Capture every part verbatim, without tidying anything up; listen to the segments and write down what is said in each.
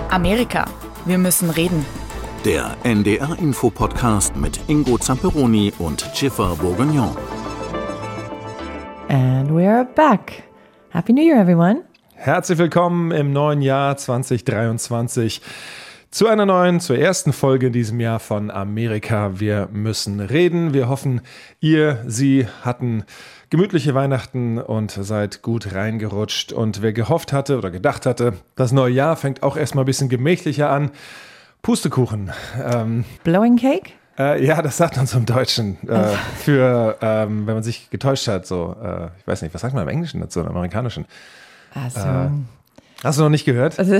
Amerika. Wir müssen reden. Der N D R-Info-Podcast mit Ingo Zamperoni und Schiffer Bourguignon. And we're back. Happy New Year, everyone. Herzlich willkommen im neuen Jahr zwanzig dreiundzwanzig zu einer neuen, zur ersten Folge in diesem Jahr von Amerika. Wir müssen reden. Wir hoffen, ihr, Sie hatten gemütliche Weihnachten und seid gut reingerutscht. Und wer gehofft hatte oder gedacht hatte, das neue Jahr fängt auch erstmal ein bisschen gemächlicher an. Pustekuchen. Ähm, Blowing Cake? Äh, ja, das sagt man so im Deutschen. Äh, für, ähm, wenn man sich getäuscht hat, so, äh, ich weiß nicht, was sagt man im Englischen dazu, im Amerikanischen? Also. Äh, hast du noch nicht gehört? Also,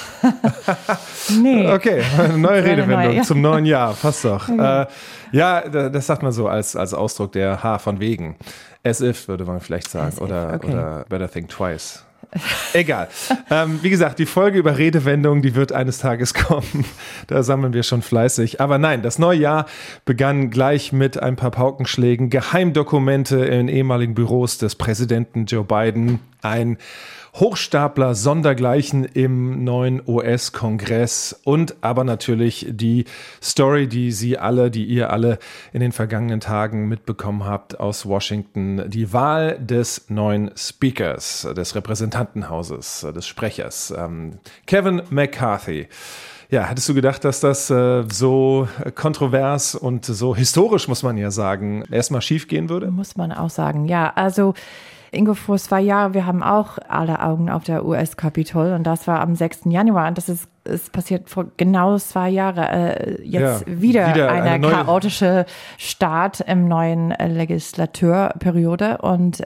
nee. Okay, eine neue Redewendung neue, ja. zum neuen Jahr, passt doch. Okay. Äh, ja, das sagt man so als, als Ausdruck der Ha von wegen. As if, würde man vielleicht sagen. As if, oder, okay. oder better think twice. Egal. ähm, wie gesagt, die Folge über Redewendungen, die wird eines Tages kommen. Da sammeln wir schon fleißig. Aber nein, das neue Jahr begann gleich mit ein paar Paukenschlägen, Geheimdokumente in ehemaligen Büros des Präsidenten Joe Biden, ein Hochstapler sondergleichen im neuen U S-Kongress und aber natürlich die Story, die Sie alle, die ihr alle in den vergangenen Tagen mitbekommen habt aus Washington, die Wahl des neuen Speakers, des Repräsentantenhauses, des Sprechers, ähm, Kevin McCarthy. Ja, hättest du gedacht, dass das äh, so kontrovers und so historisch, muss man ja sagen, erstmal schief gehen würde? Muss man auch sagen, ja. Also Ingo, vor zwei Jahren, wir haben auch alle Augen auf der U S-Kapitol und das war am sechsten Januar und das ist, ist passiert vor genau zwei Jahren. Äh, jetzt ja, wieder, wieder eine, eine neue chaotische Start im neuen äh, Legislaturperiode und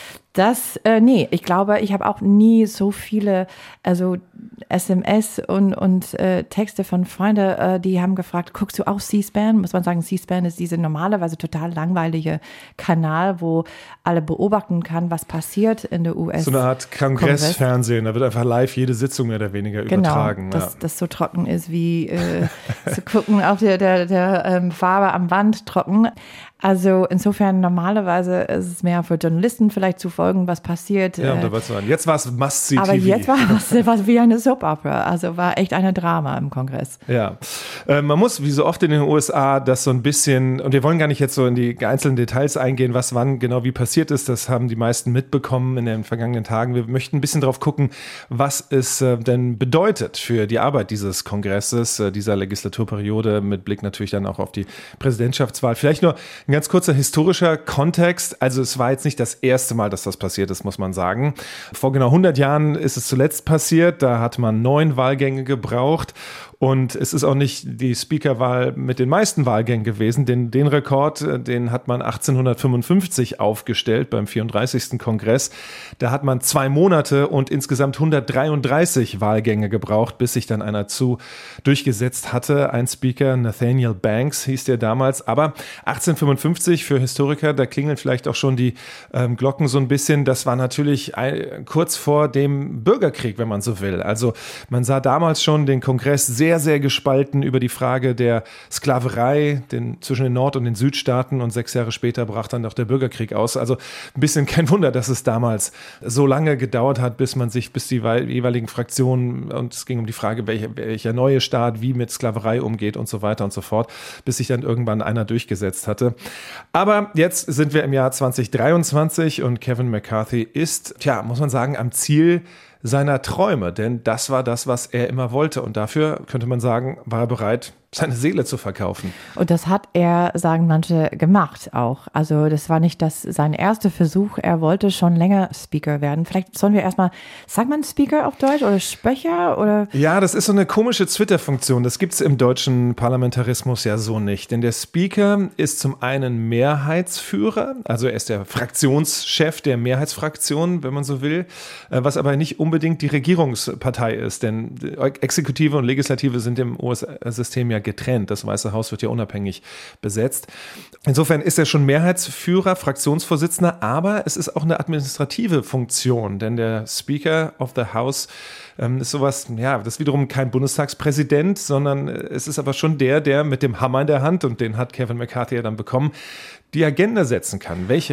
das, äh, nee, ich glaube, ich habe auch nie so viele, also S M S und, und äh, Texte von Freunden, äh, die haben gefragt, guckst du auch C-SPAN? Muss man sagen, C-SPAN ist diese normalerweise total langweilige Kanal, wo alle beobachten kann, was passiert in der U S. So eine Art Kongressfernsehen, da wird einfach live jede Sitzung mehr oder weniger genau, übertragen. Dass ja. das so trocken ist, wie äh, zu gucken auf der, der, der ähm, Farbe am Wand trocken. Also insofern normalerweise ist es mehr für Journalisten vielleicht zu folgen, was passiert. Ja, und da wird's sagen, jetzt war es Must-See-T V. Aber jetzt war es war wie eine Soap-Opera, also war echt eine Drama im Kongress. Ja, äh, man muss wie so oft in den U S A das so ein bisschen, und wir wollen gar nicht jetzt so in die einzelnen Details eingehen, was wann genau wie passiert ist, das haben die meisten mitbekommen in den vergangenen Tagen. Wir möchten ein bisschen drauf gucken, was es äh, denn bedeutet für die Arbeit dieses Kongresses, äh, dieser Legislaturperiode, mit Blick natürlich dann auch auf die Präsidentschaftswahl. Vielleicht nur ein ganz kurzer historischer Kontext. Also es war jetzt nicht das erste Mal, dass das passiert ist, muss man sagen. Vor genau hundert Jahren ist es zuletzt passiert. Da hat man neun Wahlgänge gebraucht. Und es ist auch nicht die Speakerwahl mit den meisten Wahlgängen gewesen. Den, den Rekord, den hat man achtzehnhundertfünfundfünfzig aufgestellt beim vierunddreißigsten Kongress. Da hat man zwei Monate und insgesamt hundertdreiunddreißig Wahlgänge gebraucht, bis sich dann einer zu durchgesetzt hatte. Ein Speaker, Nathaniel Banks hieß der damals. Aber achtzehnhundertfünfundfünfzig für Historiker, da klingeln vielleicht auch schon die ähm, Glocken so ein bisschen. Das war natürlich ein, kurz vor dem Bürgerkrieg, wenn man so will. Also man sah damals schon den Kongress sehr sehr, sehr gespalten über die Frage der Sklaverei den, zwischen den Nord- und den Südstaaten und sechs Jahre später brach dann auch der Bürgerkrieg aus. Also ein bisschen kein Wunder, dass es damals so lange gedauert hat, bis man sich, bis die jeweiligen Fraktionen, und es ging um die Frage, welcher, welcher neue Staat wie mit Sklaverei umgeht und so weiter und so fort, bis sich dann irgendwann einer durchgesetzt hatte. Aber jetzt sind wir im Jahr zwanzig dreiundzwanzig und Kevin McCarthy ist, tja, muss man sagen, am Ziel seiner Träume, denn das war das, was er immer wollte und dafür, könnte man sagen, war er bereit, seine Seele zu verkaufen. Und das hat er, sagen manche, gemacht auch. Also das war nicht das, sein erster Versuch, er wollte schon länger Speaker werden. Vielleicht sollen wir erstmal, sagt man Speaker auf Deutsch oder Sprecher? Oder? Ja, das ist so eine komische Twitter-Funktion, das gibt es im deutschen Parlamentarismus ja so nicht, denn der Speaker ist zum einen Mehrheitsführer, also er ist der Fraktionschef der Mehrheitsfraktion, wenn man so will, was aber nicht unbedingt die Regierungspartei ist, denn Exekutive und Legislative sind im U S-System ja getrennt. Das Weiße Haus wird ja unabhängig besetzt. Insofern ist er schon Mehrheitsführer, Fraktionsvorsitzender, aber es ist auch eine administrative Funktion, denn der Speaker of the House ähm, ist sowas, ja, das ist wiederum kein Bundestagspräsident, sondern es ist aber schon der, der mit dem Hammer in der Hand, und den hat Kevin McCarthy ja dann bekommen, die Agenda setzen kann. Welche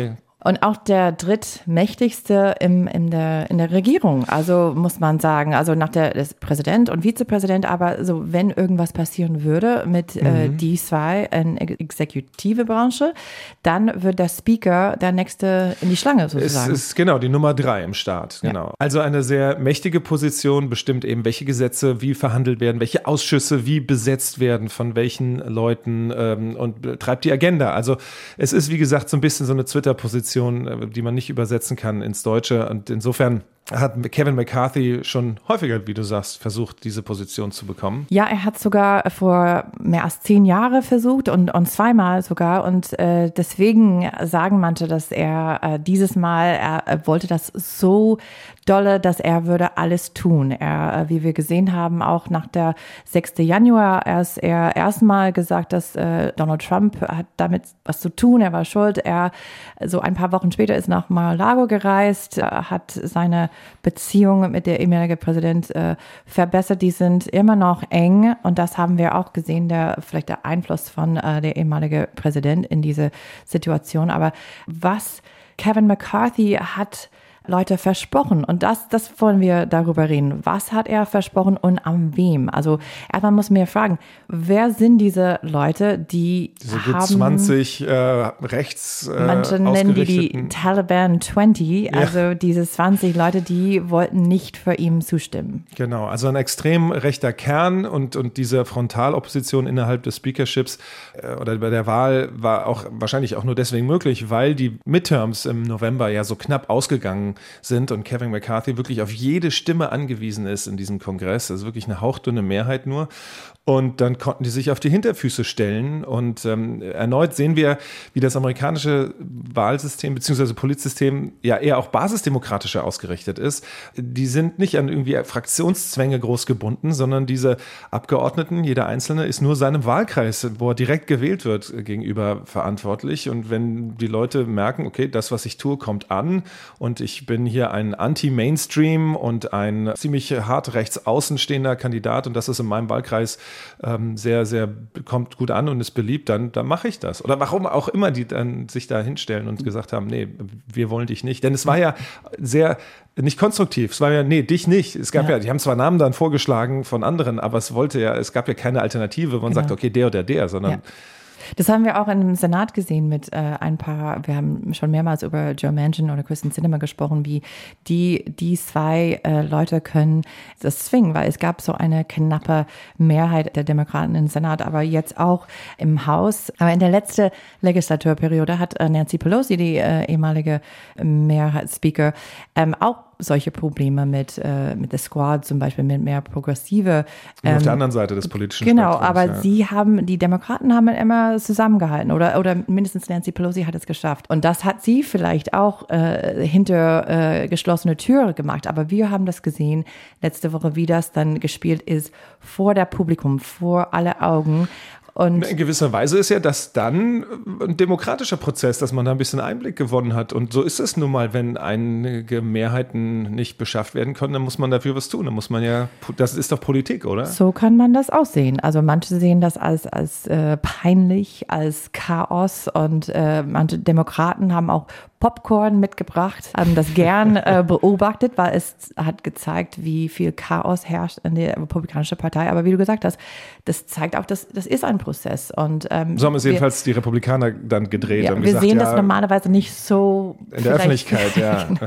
Und auch der drittmächtigste im, in, der, in der Regierung, also muss man sagen, also nach der des Präsident und Vizepräsident, aber so wenn irgendwas passieren würde mit mhm. äh, die zwei in exekutive Branche, dann wird der Speaker der nächste in die Schlange sozusagen. Es ist genau die Nummer drei im Staat, genau. Ja. Also eine sehr mächtige Position, bestimmt eben, welche Gesetze wie verhandelt werden, welche Ausschüsse wie besetzt werden, von welchen Leuten ähm, und treibt die Agenda. Also es ist, wie gesagt, so ein bisschen so eine Twitter-Position, die man nicht übersetzen kann ins Deutsche. Und insofern hat Kevin McCarthy schon häufiger, wie du sagst, versucht, diese Position zu bekommen. Ja, er hat sogar vor mehr als zehn Jahren versucht und, und zweimal sogar. Und äh, deswegen sagen manche, dass er äh, dieses Mal, er, er wollte das so dolle, dass er würde alles tun. Er, wie wir gesehen haben, auch nach der sechsten Januar, erst er erstmal gesagt, dass äh, Donald Trump hat damit was zu tun, er war schuld. Er so ein paar Wochen später ist nach Mar-a-Lago gereist, hat seine Beziehungen mit der ehemaligen Präsident äh, verbessert. Die sind immer noch eng und das haben wir auch gesehen, der vielleicht der Einfluss von äh, der ehemalige Präsident in diese Situation. Aber was Kevin McCarthy hat Leute versprochen. Und das, das wollen wir darüber reden. Was hat er versprochen und an wem? Also erstmal muss man mir fragen, wer sind diese Leute, die diese gut haben, zwanzig äh, rechts äh, manche nennen die die Taliban zwanzig, ja. Also diese zwanzig Leute, die wollten nicht für ihn zustimmen. Genau, also ein extrem rechter Kern und, und diese Frontalopposition innerhalb des Speakerships äh, oder bei der Wahl war auch wahrscheinlich auch nur deswegen möglich, weil die Midterms im November ja so knapp ausgegangen sind und Kevin McCarthy wirklich auf jede Stimme angewiesen ist in diesem Kongress. Also wirklich eine hauchdünne Mehrheit nur. Und dann konnten die sich auf die Hinterfüße stellen. Und ähm, erneut sehen wir, wie das amerikanische Wahlsystem bzw. Politsystem ja eher auch basisdemokratischer ausgerichtet ist. Die sind nicht an irgendwie Fraktionszwänge groß gebunden, sondern diese Abgeordneten, jeder Einzelne, ist nur seinem Wahlkreis, wo er direkt gewählt wird, gegenüber verantwortlich. Und wenn die Leute merken, okay, das, was ich tue, kommt an und ich bin hier ein Anti-Mainstream und ein ziemlich hart rechts außen stehender Kandidat und das ist in meinem Wahlkreis ähm, sehr, sehr, kommt gut an und ist beliebt, dann, dann mache ich das. Oder warum auch immer die dann sich da hinstellen und gesagt haben, nee, wir wollen dich nicht. Denn es war ja sehr nicht konstruktiv. Es war ja, nee, dich nicht. Es gab ja, ja die haben zwar Namen dann vorgeschlagen von anderen, aber es wollte ja, es gab ja keine Alternative, wo man genau. sagt, okay, der oder der, sondern ja. Das haben wir auch im Senat gesehen mit äh, ein paar, wir haben schon mehrmals über Joe Manchin oder Kyrsten Sinema gesprochen, wie die, die zwei äh, Leute können das zwingen, weil es gab so eine knappe Mehrheit der Demokraten im Senat, aber jetzt auch im Haus. Aber in der letzten Legislaturperiode hat äh, Nancy Pelosi, die äh, ehemalige Mehrheitsspeaker, ähm, auch solche Probleme mit, äh, mit der Squad, zum Beispiel mit mehr progressive. Ähm, auf der anderen Seite des politischen Genau, Spektrums, aber ja. sie haben, die Demokraten haben immer zusammengehalten oder, oder mindestens Nancy Pelosi hat es geschafft. Und das hat sie vielleicht auch äh, hinter äh, geschlossene Türe gemacht. Aber wir haben das gesehen letzte Woche, wie das dann gespielt ist vor der Publikum, vor alle Augen. Und in gewisser Weise ist ja das dann ein demokratischer Prozess, dass man da ein bisschen Einblick gewonnen hat. Und so ist es nun mal, wenn einige Mehrheiten nicht beschafft werden können, dann muss man dafür was tun. Dann muss man ja, das ist doch Politik, oder? So kann man das auch sehen. Also manche sehen das als, als äh, peinlich, als Chaos und äh, manche Demokraten haben auch Popcorn mitgebracht, haben das gern äh, beobachtet, weil es hat gezeigt, wie viel Chaos herrscht in der Republikanischen Partei. Aber wie du gesagt hast, das zeigt auch, dass das ist ein Prozess. Und, ähm, so haben es wir, jedenfalls die Republikaner dann gedreht. Ja, und wir gesagt, sehen ja, das normalerweise nicht so in der Öffentlichkeit, ja. Genau.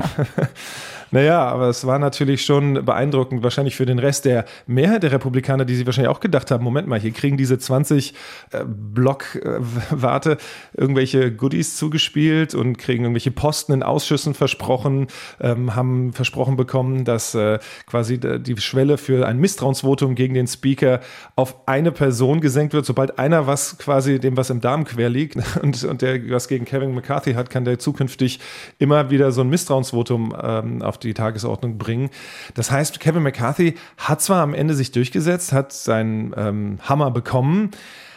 Naja, aber es war natürlich schon beeindruckend, wahrscheinlich für den Rest der Mehrheit der Republikaner, die sich wahrscheinlich auch gedacht haben, Moment mal, hier kriegen diese zwanzig äh, Blockwarte äh, irgendwelche Goodies zugespielt und kriegen irgendwelche Posten in Ausschüssen versprochen, ähm, haben versprochen bekommen, dass äh, quasi die Schwelle für ein Misstrauensvotum gegen den Speaker auf eine Person gesenkt wird. Sobald einer was quasi dem was im Darm quer liegt und, und der was gegen Kevin McCarthy hat, kann der zukünftig immer wieder so ein Misstrauensvotum ähm, auf die Tagesordnung bringen. Das heißt, Kevin McCarthy hat zwar am Ende sich durchgesetzt, hat seinen ähm, Hammer bekommen,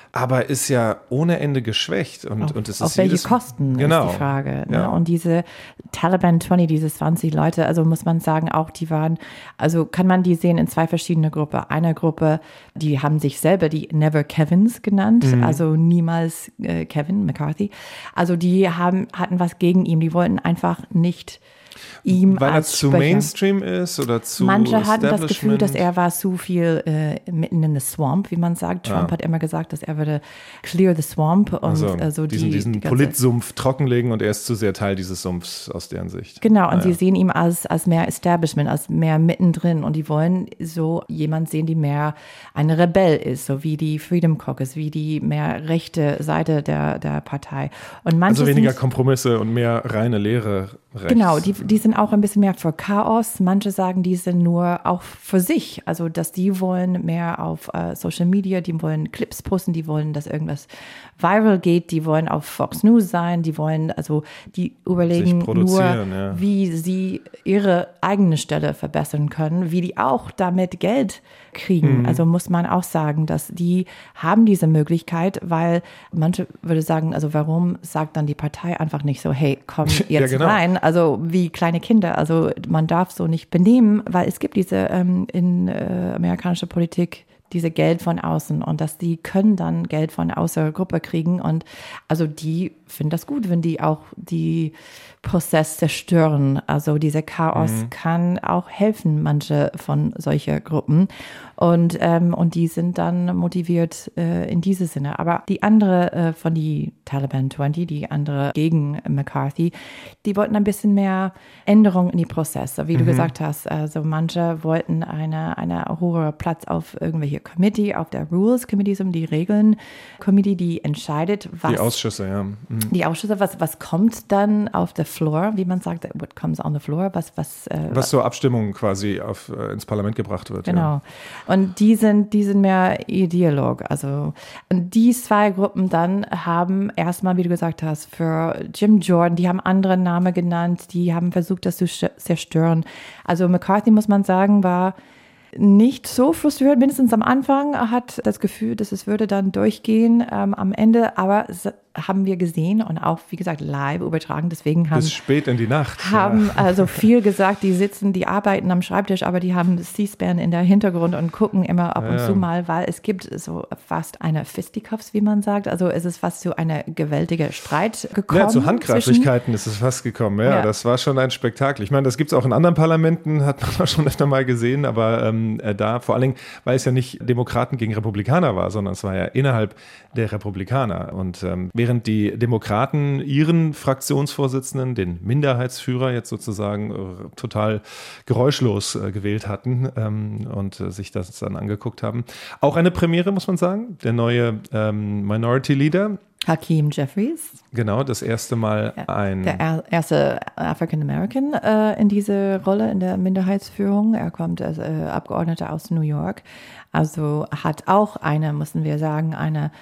aber ist ja ohne Ende geschwächt. Und, auf, und es ist auf welche jedes, Kosten genau. ist die Frage. Ne? Ja. Und diese Taliban zwanzig, diese zwanzig Leute, also muss man sagen, auch die waren, also kann man die sehen in zwei verschiedene Gruppen. Eine Gruppe, die haben sich selber die Never Kevins genannt, mhm. also niemals äh, Kevin McCarthy. Also die haben, hatten was gegen ihn, die wollten einfach nicht ihm Weil er als zu Sprecher. Mainstream ist oder zu Manche hatten das Gefühl, dass er war zu viel äh, mitten in the swamp, wie man sagt. Trump ah. hat immer gesagt, dass er würde clear the swamp. Und, also, also diesen, die, diesen die ganze, Politsumpf trockenlegen und er ist zu sehr Teil dieses Sumpfs aus deren Sicht. Genau, und naja. sie sehen ihn als, als mehr Establishment, als mehr mittendrin. Und die wollen so jemand sehen, die mehr ein Rebell ist, so wie die Freedom Caucus, wie die mehr rechte Seite der, der Partei. Und manche also weniger sind, Kompromisse und mehr reine Lehre rechts. Genau, die, die sind auch ein bisschen mehr für Chaos. Manche sagen, die sind nur auch für sich. Also, dass die wollen mehr auf uh, Social Media, die wollen Clips posten, die wollen, dass irgendwas viral geht, die wollen auf Fox News sein, die wollen, also die überlegen nur, ja. wie sie ihre eigene Stelle verbessern können, wie die auch damit Geld kriegen. Mhm. Also muss man auch sagen, dass die haben diese Möglichkeit, weil manche würde sagen, also warum sagt dann die Partei einfach nicht so, hey, komm jetzt ja, genau. rein, also wie kleine Kinder, also man darf so nicht benehmen, weil es gibt diese ähm, in äh, amerikanischer Politik diese Geld von außen und dass die können dann Geld von außer Gruppe kriegen und also die finden das gut, wenn die auch die Prozess zerstören. Also dieser Chaos mhm. kann auch helfen, manche von solchen Gruppen und ähm, und die sind dann motiviert äh, in diesem Sinne. Aber die andere äh, von die Taliban zwanzig, die andere gegen McCarthy, die wollten ein bisschen mehr Änderung in die Prozesse, wie mhm. du gesagt hast. Also manche wollten eine eine hohe Platz auf irgendwelche Committee, auf der Rules Committee, um die Regeln Committee, die entscheidet, was die Ausschüsse, ja. Mhm. Die Ausschüsse, was was kommt dann auf der Floor, wie man sagt, what comes on the floor, was was äh, was zur Abstimmung quasi auf äh, ins Parlament gebracht wird. Genau. Ja. Und die sind die sind mehr Dialog, also und die zwei Gruppen dann haben erstmal, wie du gesagt hast, für Jim Jordan, die haben andere Namen genannt, die haben versucht, das zu zerstören. Also McCarthy, muss man sagen, war nicht so frustriert, mindestens am Anfang, hat das Gefühl, dass es würde dann durchgehen ähm, am Ende, aber es haben wir gesehen und auch, wie gesagt, live übertragen, deswegen haben bis spät in die Nacht. haben ja. also viel gesagt, die sitzen, die arbeiten am Schreibtisch, aber die haben C-SPAN in der Hintergrund und gucken immer ab und ja. zu mal, weil es gibt so fast eine Fisticuffs, wie man sagt, also es ist fast zu einer gewaltigen Streit gekommen. Ja, zu Handgreiflichkeiten ist es fast gekommen, ja, ja, das war schon ein Spektakel. Ich meine, das gibt es auch in anderen Parlamenten, hat man auch schon öfter mal gesehen, aber ähm, da vor allen Dingen, weil es ja nicht Demokraten gegen Republikaner war, sondern es war ja innerhalb der Republikaner und ähm, während die Demokraten ihren Fraktionsvorsitzenden, den Minderheitsführer jetzt sozusagen äh, total geräuschlos äh, gewählt hatten ähm, und äh, sich das dann angeguckt haben. Auch eine Premiere, muss man sagen, der neue ähm, Minority Leader. Hakeem Jeffries. Genau, das erste Mal ein... Der erste African American äh, in diese Rolle, in der Minderheitsführung. Er kommt als äh, Abgeordneter aus New York. Also hat auch eine, müssen wir sagen, eine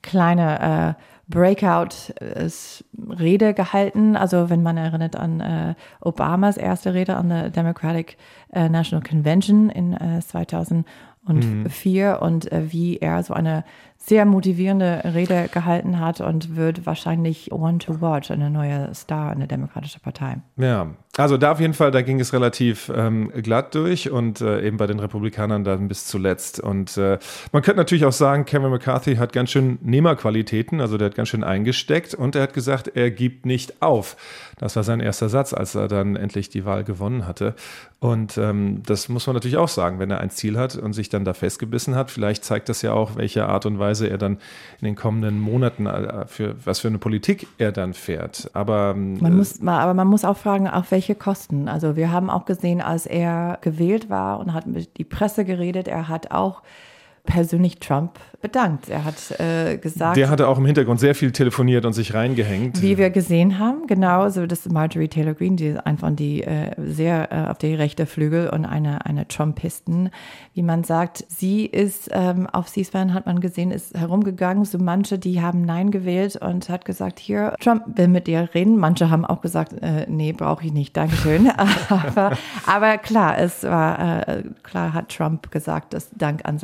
kleine äh, Breakout-Rede gehalten. Also wenn man erinnert an äh, Obamas erste Rede an der Democratic äh, National Convention in äh, zweitausendvier mhm. und äh, wie er so eine sehr motivierende Rede gehalten hat und wird wahrscheinlich one to watch, eine neue Star in der Demokratischen Partei. Ja, also da auf jeden Fall, da ging es relativ ähm, glatt durch und äh, eben bei den Republikanern dann bis zuletzt. Und äh, man könnte natürlich auch sagen, Kevin McCarthy hat ganz schön Nehmerqualitäten, also der hat ganz schön eingesteckt und er hat gesagt, er gibt nicht auf. Das war sein erster Satz, als er dann endlich die Wahl gewonnen hatte. Und ähm, das muss man natürlich auch sagen, wenn er ein Ziel hat und sich dann da festgebissen hat. Vielleicht zeigt das ja auch, welche Art und Weise er dann in den kommenden Monaten, für was für eine Politik er dann fährt. Aber man muss, aber man muss auch fragen, auf welche Kosten. Also wir haben auch gesehen, als er gewählt war und hat mit die Presse geredet, er hat auch persönlich Trump bedankt. Er hat äh, gesagt... Der hatte auch im Hintergrund sehr viel telefoniert und sich reingehängt. Wie wir gesehen haben, genau, so das ist Marjorie Taylor Greene, die ist einfach die äh, sehr äh, auf die rechte Flügel und eine, eine Trumpisten, wie man sagt. Sie ist ähm, auf C-SPAN, hat man gesehen, ist herumgegangen, so manche, die haben Nein gewählt und hat gesagt, hier, Trump will mit dir reden. Manche haben auch gesagt, äh, nee, brauche ich nicht, Dankeschön. aber, aber klar, es war, äh, klar hat Trump gesagt, dass Dank an seinen Einfluss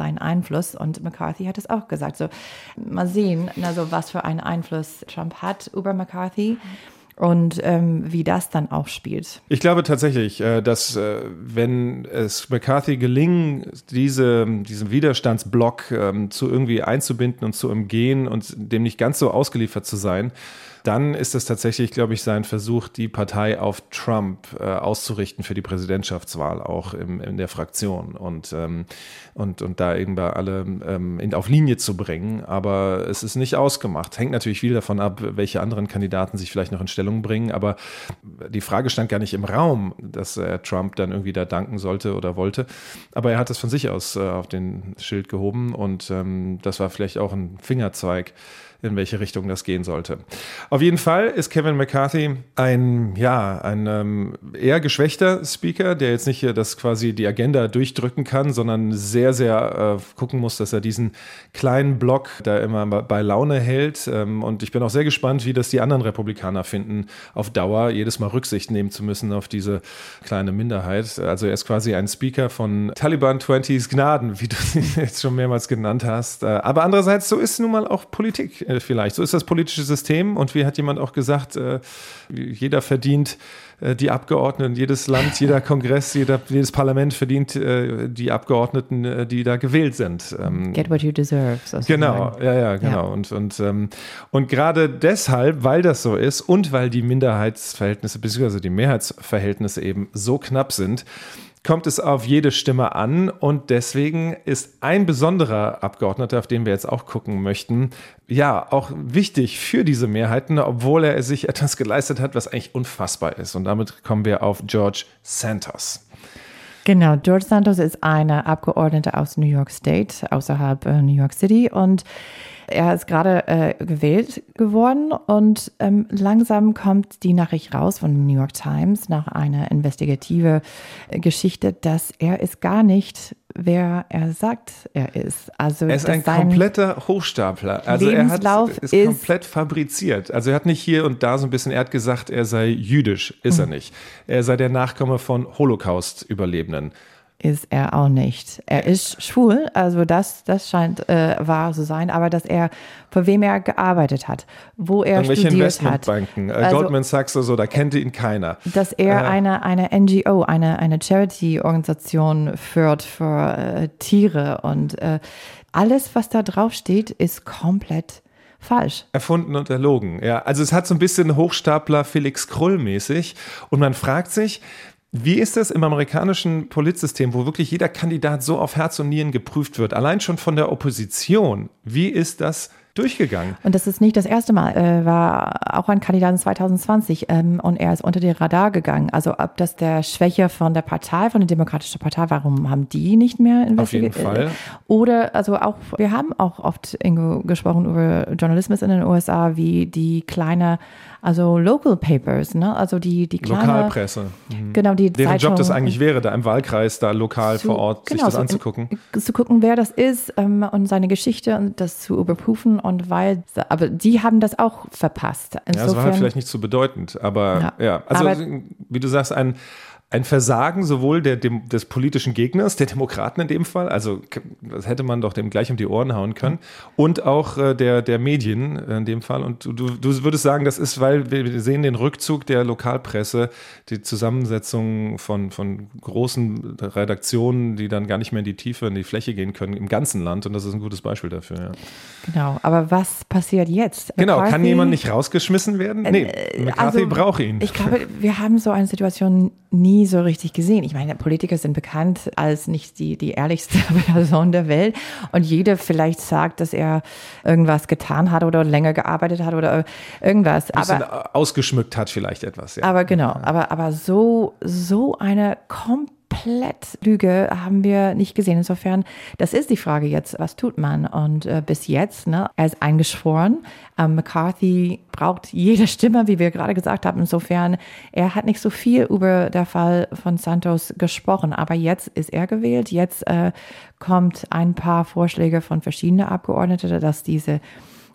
Einfluss. Und McCarthy hat es auch gesagt. So, mal sehen, also was für einen Einfluss Trump hat über McCarthy. Und ähm, wie das dann auch spielt. Ich glaube tatsächlich, äh, dass äh, wenn es McCarthy gelingen, diese, diesen Widerstandsblock ähm, zu irgendwie einzubinden und zu umgehen und dem nicht ganz so ausgeliefert zu sein, dann ist es tatsächlich, glaube ich, sein Versuch, die Partei auf Trump äh, auszurichten für die Präsidentschaftswahl, auch im, in der Fraktion und, ähm, und, und da irgendwie alle ähm, in, auf Linie zu bringen. Aber es ist nicht ausgemacht. Hängt natürlich viel davon ab, welche anderen Kandidaten sich vielleicht noch in Stellung bringen. Aber die Frage stand gar nicht im Raum, dass er Trump dann irgendwie da danken sollte oder wollte. Aber er hat es von sich aus äh, auf den Schild gehoben und ähm, das war vielleicht auch ein Fingerzeig, in welche Richtung das gehen sollte. Auf jeden Fall ist Kevin McCarthy ein, ja, ein ähm, eher geschwächter Speaker, der jetzt nicht das quasi die Agenda durchdrücken kann, sondern sehr, sehr äh, gucken muss, dass er diesen kleinen Block da immer bei Laune hält. Ähm, und ich bin auch sehr gespannt, wie das die anderen Republikaner finden, auf Dauer jedes Mal Rücksicht nehmen zu müssen auf diese kleine Minderheit. Also er ist quasi ein Speaker von Taliban zwanzig Gnaden, wie du sie jetzt schon mehrmals genannt hast. Aber andererseits, so ist nun mal auch Politik. Vielleicht. So ist das politische System und wie hat jemand auch gesagt, äh, jeder verdient äh, die Abgeordneten, jedes Land, jeder Kongress, jeder, jedes Parlament verdient äh, die Abgeordneten, äh, die da gewählt sind. Ähm, Get what you deserve. Genau, ja, ja, genau. Ja. Und, und, ähm, und gerade deshalb, weil das so ist und weil die Minderheitsverhältnisse bzw. die Mehrheitsverhältnisse eben so knapp sind, kommt es auf jede Stimme an und deswegen ist ein besonderer Abgeordneter, auf den wir jetzt auch gucken möchten, ja, auch wichtig für diese Mehrheiten, obwohl er sich etwas geleistet hat, was eigentlich unfassbar ist. Und damit kommen wir auf George Santos. Genau, George Santos ist eine Abgeordnete aus New York State, außerhalb äh, New York City und er ist gerade äh, gewählt geworden und ähm, langsam kommt die Nachricht raus von New York Times nach einer investigative äh, Geschichte, dass er ist gar nicht, wer er sagt, er ist. Also er ist ein kompletter Hochstapler. Also er hat, ist, ist komplett fabriziert. Also er hat nicht hier und da so ein bisschen, er hat gesagt, er sei jüdisch, ist mhm. er nicht. Er sei der Nachkomme von Holocaust-Überlebenden. Ist er auch nicht. Er ist schwul, also das, das scheint äh, wahr zu sein, aber dass er, für wem er gearbeitet hat, wo er Irgendwelche studiert hat. Investmentbanken, also, Goldman Sachs oder so, da kennt ihn keiner. Dass er äh, eine, eine N G O, eine, eine Charity-Organisation führt für äh, Tiere und äh, alles, was da drauf steht, ist komplett falsch. Erfunden und erlogen, ja. Also es hat so ein bisschen Hochstapler Felix Krull mäßig und man fragt sich, wie ist das im amerikanischen Politsystem, wo wirklich jeder Kandidat so auf Herz und Nieren geprüft wird, allein schon von der Opposition? Wie ist das durchgegangen? Und das ist nicht das erste Mal, äh, war auch ein Kandidat zwanzig zwanzig ähm, und er ist unter den Radar gegangen. Also ob das der Schwäche von der Partei, von der Demokratischen Partei, warum haben die nicht mehr investigiert? Auf jeden Fall. Oder also auch, wir haben auch oft Ingo gesprochen über Journalismus in den U S A, wie die kleine, also Local Papers, ne? Also die, die kleine Lokalpresse. Mhm. Genau, die Deren Zeitung, Job das eigentlich wäre, da im Wahlkreis, da lokal zu, vor Ort genau, sich das so anzugucken. In, zu gucken, wer das ist ähm, und seine Geschichte und das zu überprüfen und weil, aber die haben das auch verpasst. Insofern, ja, das war halt vielleicht nicht so bedeutend, aber ja, ja. Also aber, wie du sagst, ein Ein Versagen sowohl der, dem, des politischen Gegners, der Demokraten in dem Fall, also das hätte man doch dem gleich um die Ohren hauen können, und auch äh, der, der Medien in dem Fall. Und du, du würdest sagen, das ist, weil wir sehen den Rückzug der Lokalpresse, die Zusammensetzung von, von großen Redaktionen, die dann gar nicht mehr in die Tiefe, in die Fläche gehen können, im ganzen Land. Und das ist ein gutes Beispiel dafür. Ja. Genau, aber was passiert jetzt? Genau, McCarthy, kann jemand nicht rausgeschmissen werden? Nee, äh, McCarthy also, braucht ihn. Ich glaube, wir haben so eine Situation nie so richtig gesehen. Ich meine, Politiker sind bekannt als nicht die, die ehrlichste Person der Welt und jeder vielleicht sagt, dass er irgendwas getan hat oder länger gearbeitet hat oder irgendwas. Ein bisschen aber, ausgeschmückt hat vielleicht etwas. Ja. Aber genau, aber, aber so, so eine komplett Komplett Lüge haben wir nicht gesehen. Insofern, das ist die Frage jetzt, was tut man? Und äh, bis jetzt, ne, er ist eingeschworen. Ähm, McCarthy braucht jede Stimme, wie wir gerade gesagt haben. Insofern, er hat nicht so viel über den Fall von Santos gesprochen. Aber jetzt ist er gewählt. Jetzt äh, kommt ein paar Vorschläge von verschiedenen Abgeordneten, dass diese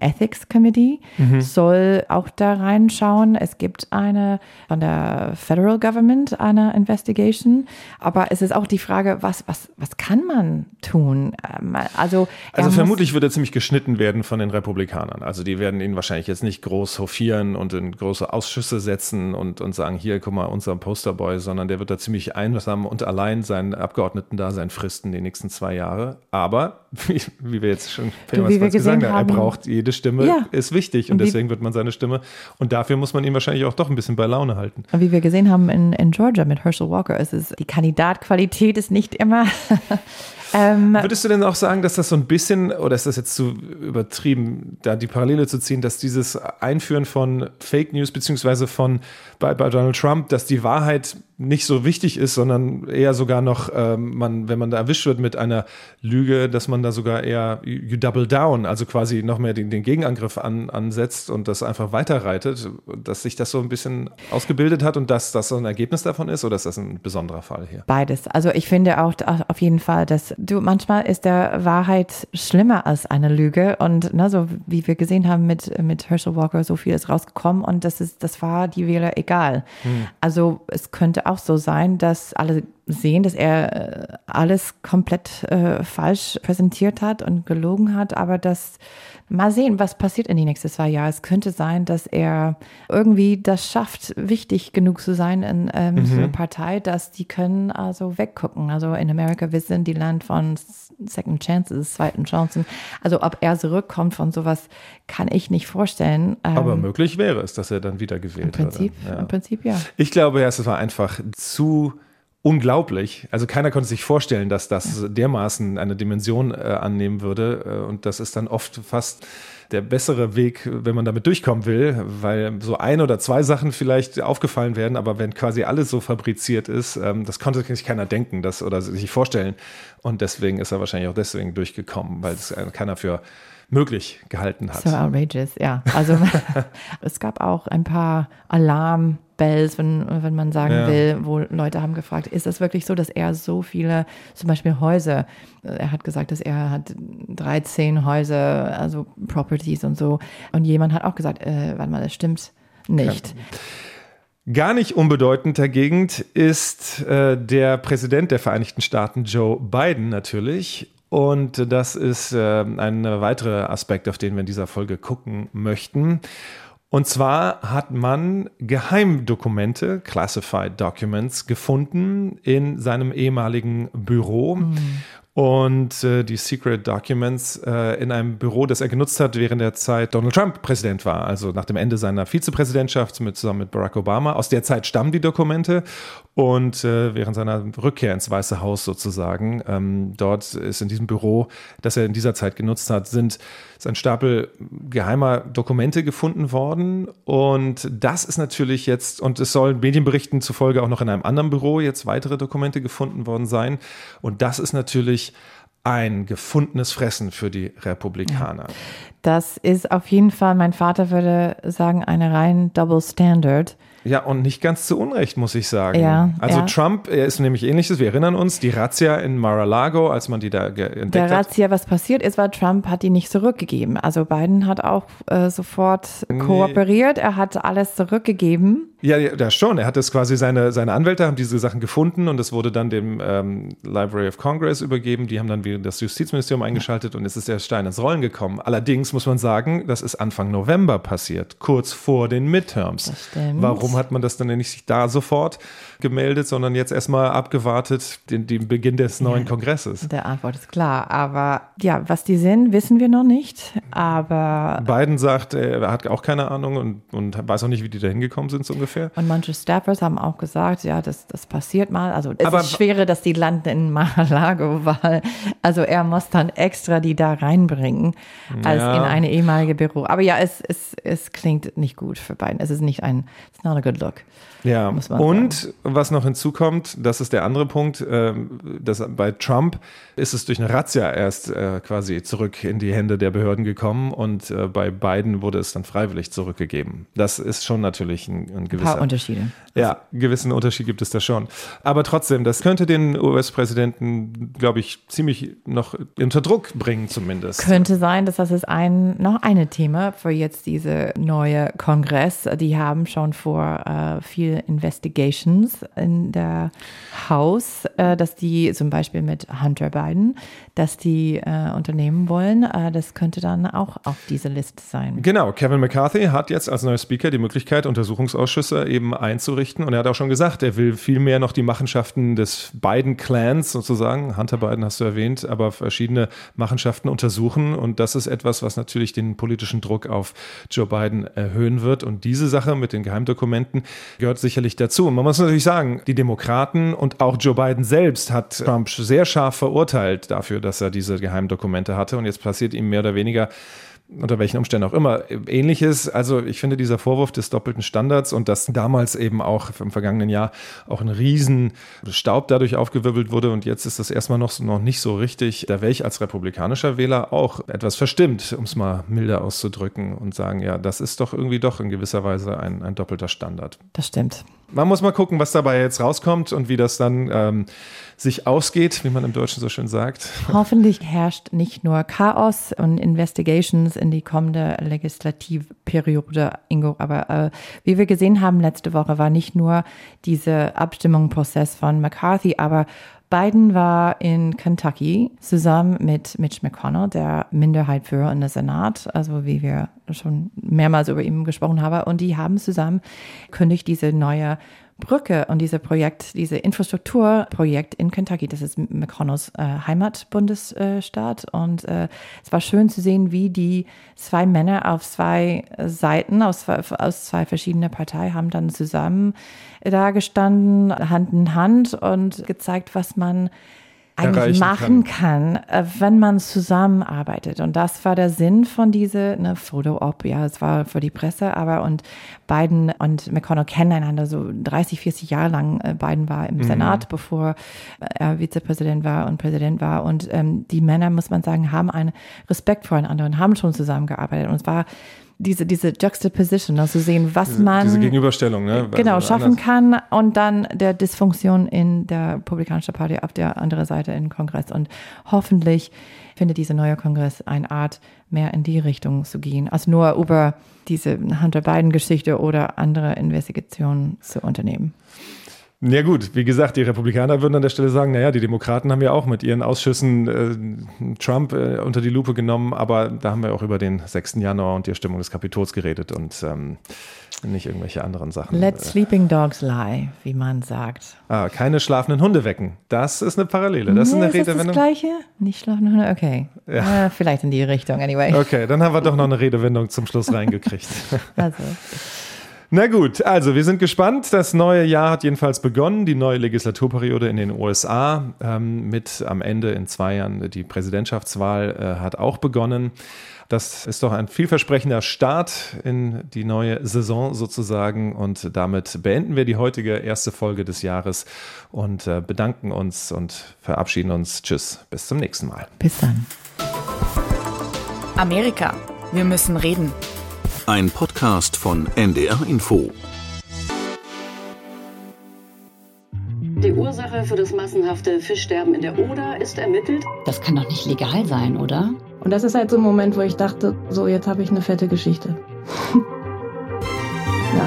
Ethics Committee mhm. soll auch da reinschauen. Es gibt eine von der Federal Government, eine Investigation. Aber es ist auch die Frage, was, was, was kann man tun? Also, also vermutlich wird er ziemlich geschnitten werden von den Republikanern. Also die werden ihn wahrscheinlich jetzt nicht groß hofieren und in große Ausschüsse setzen und, und sagen, hier, guck mal, unser Posterboy, sondern der wird da ziemlich einsam und allein sein Abgeordnetendasein fristen die nächsten zwei Jahre. Aber, wie, wie wir jetzt schon mehrmals gesagt haben, er braucht jede Stimme, ja. ist wichtig und, und deswegen wird man seine Stimme und dafür muss man ihn wahrscheinlich auch doch ein bisschen bei Laune halten. Wie wir gesehen haben in, in Georgia mit Herschel Walker, ist es, die Kandidatqualität ist nicht immer... Ähm, Würdest du denn auch sagen, dass das so ein bisschen, oder ist das jetzt zu übertrieben, da die Parallele zu ziehen, dass dieses Einführen von Fake News beziehungsweise von bei, bei Donald Trump, dass die Wahrheit nicht so wichtig ist, sondern eher sogar noch, ähm, man, wenn man da erwischt wird mit einer Lüge, dass man da sogar eher you double down, also quasi noch mehr den, den Gegenangriff an, ansetzt und das einfach weiterreitet, dass sich das so ein bisschen ausgebildet hat und dass das so ein Ergebnis davon ist, oder ist das ein besonderer Fall hier? Beides. Also ich finde auch auf jeden Fall, dass du, manchmal ist der Wahrheit schlimmer als eine Lüge und ne, so wie wir gesehen haben mit, mit Herschel Walker, so viel ist rausgekommen und das ist, das war die Wähler egal. Hm. Also es könnte auch so sein, dass alle sehen, dass er äh, alles komplett äh, falsch präsentiert hat und gelogen hat, aber das mal sehen, was passiert in den nächsten zwei Jahren. Es könnte sein, dass er irgendwie das schafft, wichtig genug zu sein in ähm, mhm. so einer Partei, dass die können also weggucken. Also in Amerika, wir sind die Land von Second Chances, zweiten Chancen. Also ob er zurückkommt von sowas, kann ich nicht vorstellen. Ähm, aber möglich wäre es, dass er dann wieder gewählt im Prinzip, würde. Ja. Im Prinzip, ja. Ich glaube, es war einfach zu unglaublich. Also keiner konnte sich vorstellen, dass das dermaßen eine Dimension äh, annehmen würde. Äh, und das ist dann oft fast der bessere Weg, wenn man damit durchkommen will, weil so ein oder zwei Sachen vielleicht aufgefallen werden, aber wenn quasi alles so fabriziert ist, ähm, das konnte sich keiner denken das, oder sich vorstellen. Und deswegen ist er wahrscheinlich auch deswegen durchgekommen, weil es keiner für möglich gehalten hat. So outrageous, ja. Also es gab auch ein paar Alarmbells, wenn, wenn man sagen ja. will, wo Leute haben gefragt, ist das wirklich so, dass er so viele, zum Beispiel Häuser, er hat gesagt, dass er hat dreizehn Häuser, also Properties und so. Und jemand hat auch gesagt, äh, warte mal, das stimmt nicht. Ja. Gar nicht unbedeutend dagegen ist äh, der Präsident der Vereinigten Staaten, Joe Biden natürlich. Und das ist äh, ein weiterer Aspekt, auf den wir in dieser Folge gucken möchten. Und zwar hat man Geheimdokumente, Classified Documents, gefunden in seinem ehemaligen Büro. Mhm. Und äh, die Secret Documents äh, in einem Büro, das er genutzt hat, während der Zeit Donald Trump Präsident war, also nach dem Ende seiner Vizepräsidentschaft mit, zusammen mit Barack Obama. Aus der Zeit stammen die Dokumente und äh, während seiner Rückkehr ins Weiße Haus sozusagen, ähm, dort ist in diesem Büro, das er in dieser Zeit genutzt hat, sind ist ein Stapel geheimer Dokumente gefunden worden und das ist natürlich jetzt, und es sollen Medienberichten zufolge auch noch in einem anderen Büro jetzt weitere Dokumente gefunden worden sein und das ist natürlich ein gefundenes Fressen für die Republikaner. Das ist auf jeden Fall, mein Vater würde sagen, eine rein Double Standard. Ja, und nicht ganz zu Unrecht, muss ich sagen. Ja, also ja. Trump, er ist nämlich ähnliches, wir erinnern uns, die Razzia in Mar-a-Lago, als man die da ge- entdeckt Der hat. Razzia, was passiert ist, war, Trump hat die nicht zurückgegeben. Also Biden hat auch äh, sofort Nee. kooperiert, er hat alles zurückgegeben. Ja, ja, das schon. Er hat es quasi, seine, seine Anwälte haben diese Sachen gefunden und es wurde dann dem ähm, Library of Congress übergeben. Die haben dann wieder das Justizministerium eingeschaltet und es ist der Stein ins Rollen gekommen. Allerdings muss man sagen, das ist Anfang November passiert, kurz vor den Midterms. Das stimmt. Warum hat man das dann nicht da sofort gemeldet, sondern jetzt erstmal abgewartet, den, den Beginn des neuen Ja, Kongresses? Der Antwort ist klar. Aber ja, was die sind, wissen wir noch nicht. Aber Biden sagt, er hat auch keine Ahnung und, und weiß auch nicht, wie die da hingekommen sind, so ungefähr. Und manche Staffers haben auch gesagt, ja, das, das passiert mal. Also es Aber ist schwerer, dass die landen in Mar-a-Lago, weil also er muss dann extra die da reinbringen, als Ja. in eine ehemalige Büro. Aber ja, es, es, es klingt nicht gut für Biden. Es ist nicht ein, it's not a good look. Ja, muss man und sagen. was noch hinzukommt, das ist der andere Punkt, äh, dass bei Trump ist es durch eine Razzia erst äh, quasi zurück in die Hände der Behörden gekommen und äh, bei Biden wurde es dann freiwillig zurückgegeben. Das ist schon natürlich ein, ein gewisser... Ein paar Unterschiede. Ja, einen gewissen Unterschied gibt es da schon. Aber trotzdem, das könnte den U S-Präsidenten, glaube ich, ziemlich noch unter Druck bringen zumindest. Könnte sein, dass das ist ein, noch eine Thema für jetzt diese neue Kongress. Die haben schon vor äh, viele Investigations in der Haus, äh, dass die zum Beispiel mit Hunter Biden, dass die äh, unternehmen wollen. Äh, das könnte dann auch auf diese Liste sein. Genau, Kevin McCarthy hat jetzt als neuer Speaker die Möglichkeit, Untersuchungsausschüsse eben einzurichten. Und er hat auch schon gesagt, er will viel mehr noch die Machenschaften des Biden-Clans sozusagen, Hunter Biden hast du erwähnt, aber verschiedene Machenschaften untersuchen. Und das ist etwas, was natürlich den politischen Druck auf Joe Biden erhöhen wird. Und diese Sache mit den Geheimdokumenten gehört sicherlich dazu. Und man muss natürlich sagen, die Demokraten und auch Joe Biden selbst hat Trump sehr scharf verurteilt dafür, dass er diese Geheimdokumente hatte. Und jetzt passiert ihm mehr oder weniger, unter welchen Umständen auch immer, Ähnliches. Also ich finde, dieser Vorwurf des doppelten Standards und dass damals eben auch im vergangenen Jahr auch ein riesen Staub dadurch aufgewirbelt wurde und jetzt ist das erstmal noch, noch nicht so richtig. Da wäre ich als republikanischer Wähler auch etwas verstimmt, um es mal milder auszudrücken und sagen, ja, das ist doch irgendwie doch in gewisser Weise ein, ein doppelter Standard. Das stimmt. Man muss mal gucken, was dabei jetzt rauskommt und wie das dann ähm, sich ausgeht, wie man im Deutschen so schön sagt. Hoffentlich herrscht nicht nur Chaos und Investigations in die kommende Legislativperiode, Ingo, aber äh, wie wir gesehen haben letzte Woche, war nicht nur dieser Abstimmungsprozess von McCarthy, aber Biden war in Kentucky zusammen mit Mitch McConnell, der Minderheitsführer in der Senat, also wie wir schon mehrmals über ihn gesprochen haben. Und die haben zusammen kündigt diese neue Brücke und diese Projekt, diese Infrastrukturprojekt in Kentucky. Das ist McConnells äh, Heimatbundesstaat. Und äh, es war schön zu sehen, wie die zwei Männer auf zwei Seiten, aus zwei, aus zwei verschiedenen Parteien, haben dann zusammen da gestanden, Hand in Hand und gezeigt, was man eigentlich machen kann, kann, wenn man zusammenarbeitet. Und das war der Sinn von dieser ne, Foto-Op. Ja, es war für die Presse, aber und Biden und McConnell kennen einander so dreißig, vierzig Jahre lang. Biden war im mhm. Senat, bevor er Vizepräsident war und Präsident war. Und ähm, die Männer, muss man sagen, haben einen Respekt voreinander und haben schon zusammengearbeitet. Und es war diese, diese Juxtaposition, also sehen, was diese, man diese Gegenüberstellung, ne? genau, also schaffen kann und dann der Dysfunktion in der Republikanischen Partei auf der anderen Seite im Kongress. Und hoffentlich findet dieser neue Kongress eine Art, mehr in die Richtung zu gehen, als nur über diese Hunter Biden-Geschichte oder andere Investigationen zu unternehmen. Ja gut, wie gesagt, die Republikaner würden an der Stelle sagen, naja, die Demokraten haben ja auch mit ihren Ausschüssen äh, Trump äh, unter die Lupe genommen, aber da haben wir auch über den sechsten Januar und die Erstimmung des Kapitols geredet und ähm, nicht irgendwelche anderen Sachen. Let sleeping dogs lie, wie man sagt. Ah, keine schlafenden Hunde wecken. Das ist eine Parallele. Das nee, ist eine ist Redewendung. Das das Gleiche? Nicht schlafende Hunde? Okay. Ja. Äh, vielleicht in die Richtung, anyway. Okay, dann haben wir doch noch eine Redewendung zum Schluss reingekriegt. Also. Na gut, also wir sind gespannt. Das neue Jahr hat jedenfalls begonnen, die neue Legislaturperiode in den U S A. Ähm, mit am Ende in zwei Jahren die Präsidentschaftswahl äh, hat auch begonnen. Das ist doch ein vielversprechender Start in die neue Saison sozusagen. Und damit beenden wir die heutige erste Folge des Jahres und äh, bedanken uns und verabschieden uns. Tschüss, bis zum nächsten Mal. Bis dann. Amerika, wir müssen reden. Ein Podcast von N D R Info. Die Ursache für das massenhafte Fischsterben in der Oder ist ermittelt. Das kann doch nicht legal sein, oder? Und das ist halt so ein Moment, wo ich dachte, so jetzt habe ich eine fette Geschichte. Ja.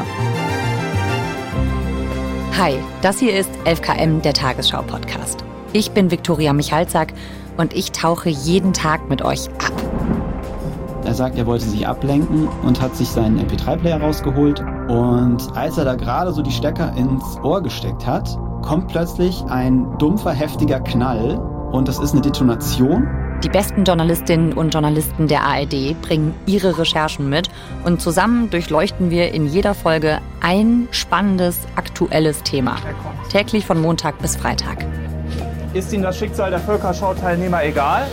Hi, das hier ist elf K M, der Tagesschau-Podcast. Ich bin Viktoria Michalzack und ich tauche jeden Tag mit euch ab. Er sagt, er wollte sich ablenken und hat sich seinen M P drei Player rausgeholt. Und als er da gerade so die Stecker ins Ohr gesteckt hat, kommt plötzlich ein dumpfer, heftiger Knall. Und das ist eine Detonation. Die besten Journalistinnen und Journalisten der A R D bringen ihre Recherchen mit. Und zusammen durchleuchten wir in jeder Folge ein spannendes, aktuelles Thema. Täglich von Montag bis Freitag. Ist Ihnen das Schicksal der Völkerschau-Teilnehmer egal?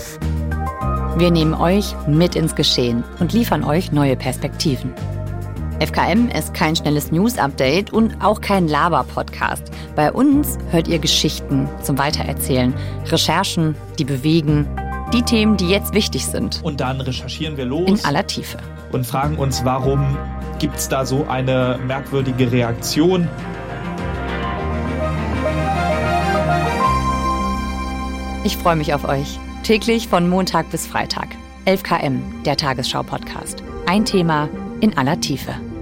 Wir nehmen euch mit ins Geschehen und liefern euch neue Perspektiven. F K M ist kein schnelles News-Update und auch kein Laber-Podcast. Bei uns hört ihr Geschichten zum Weitererzählen, Recherchen, die bewegen, die Themen, die jetzt wichtig sind. Und dann recherchieren wir los. In aller Tiefe. Und fragen uns, warum gibt es da so eine merkwürdige Reaktion? Ich freue mich auf euch. Täglich von Montag bis Freitag. elf K M, der Tagesschau-Podcast. Ein Thema in aller Tiefe.